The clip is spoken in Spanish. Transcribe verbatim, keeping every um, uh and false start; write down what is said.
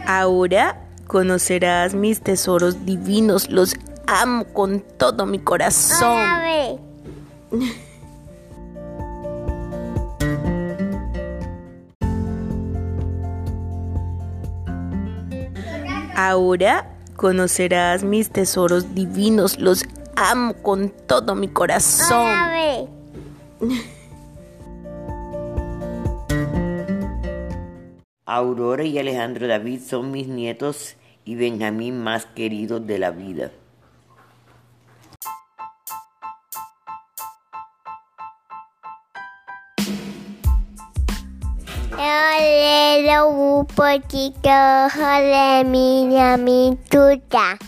Ahora conocerás mis tesoros divinos, los amo con todo mi corazón. Ahora conocerás mis tesoros divinos, los amo con todo mi corazón. Aurora y Alejandro David son mis nietos y Benjamín más queridos de la vida. Ole lo poquito, ole mi mi tuta.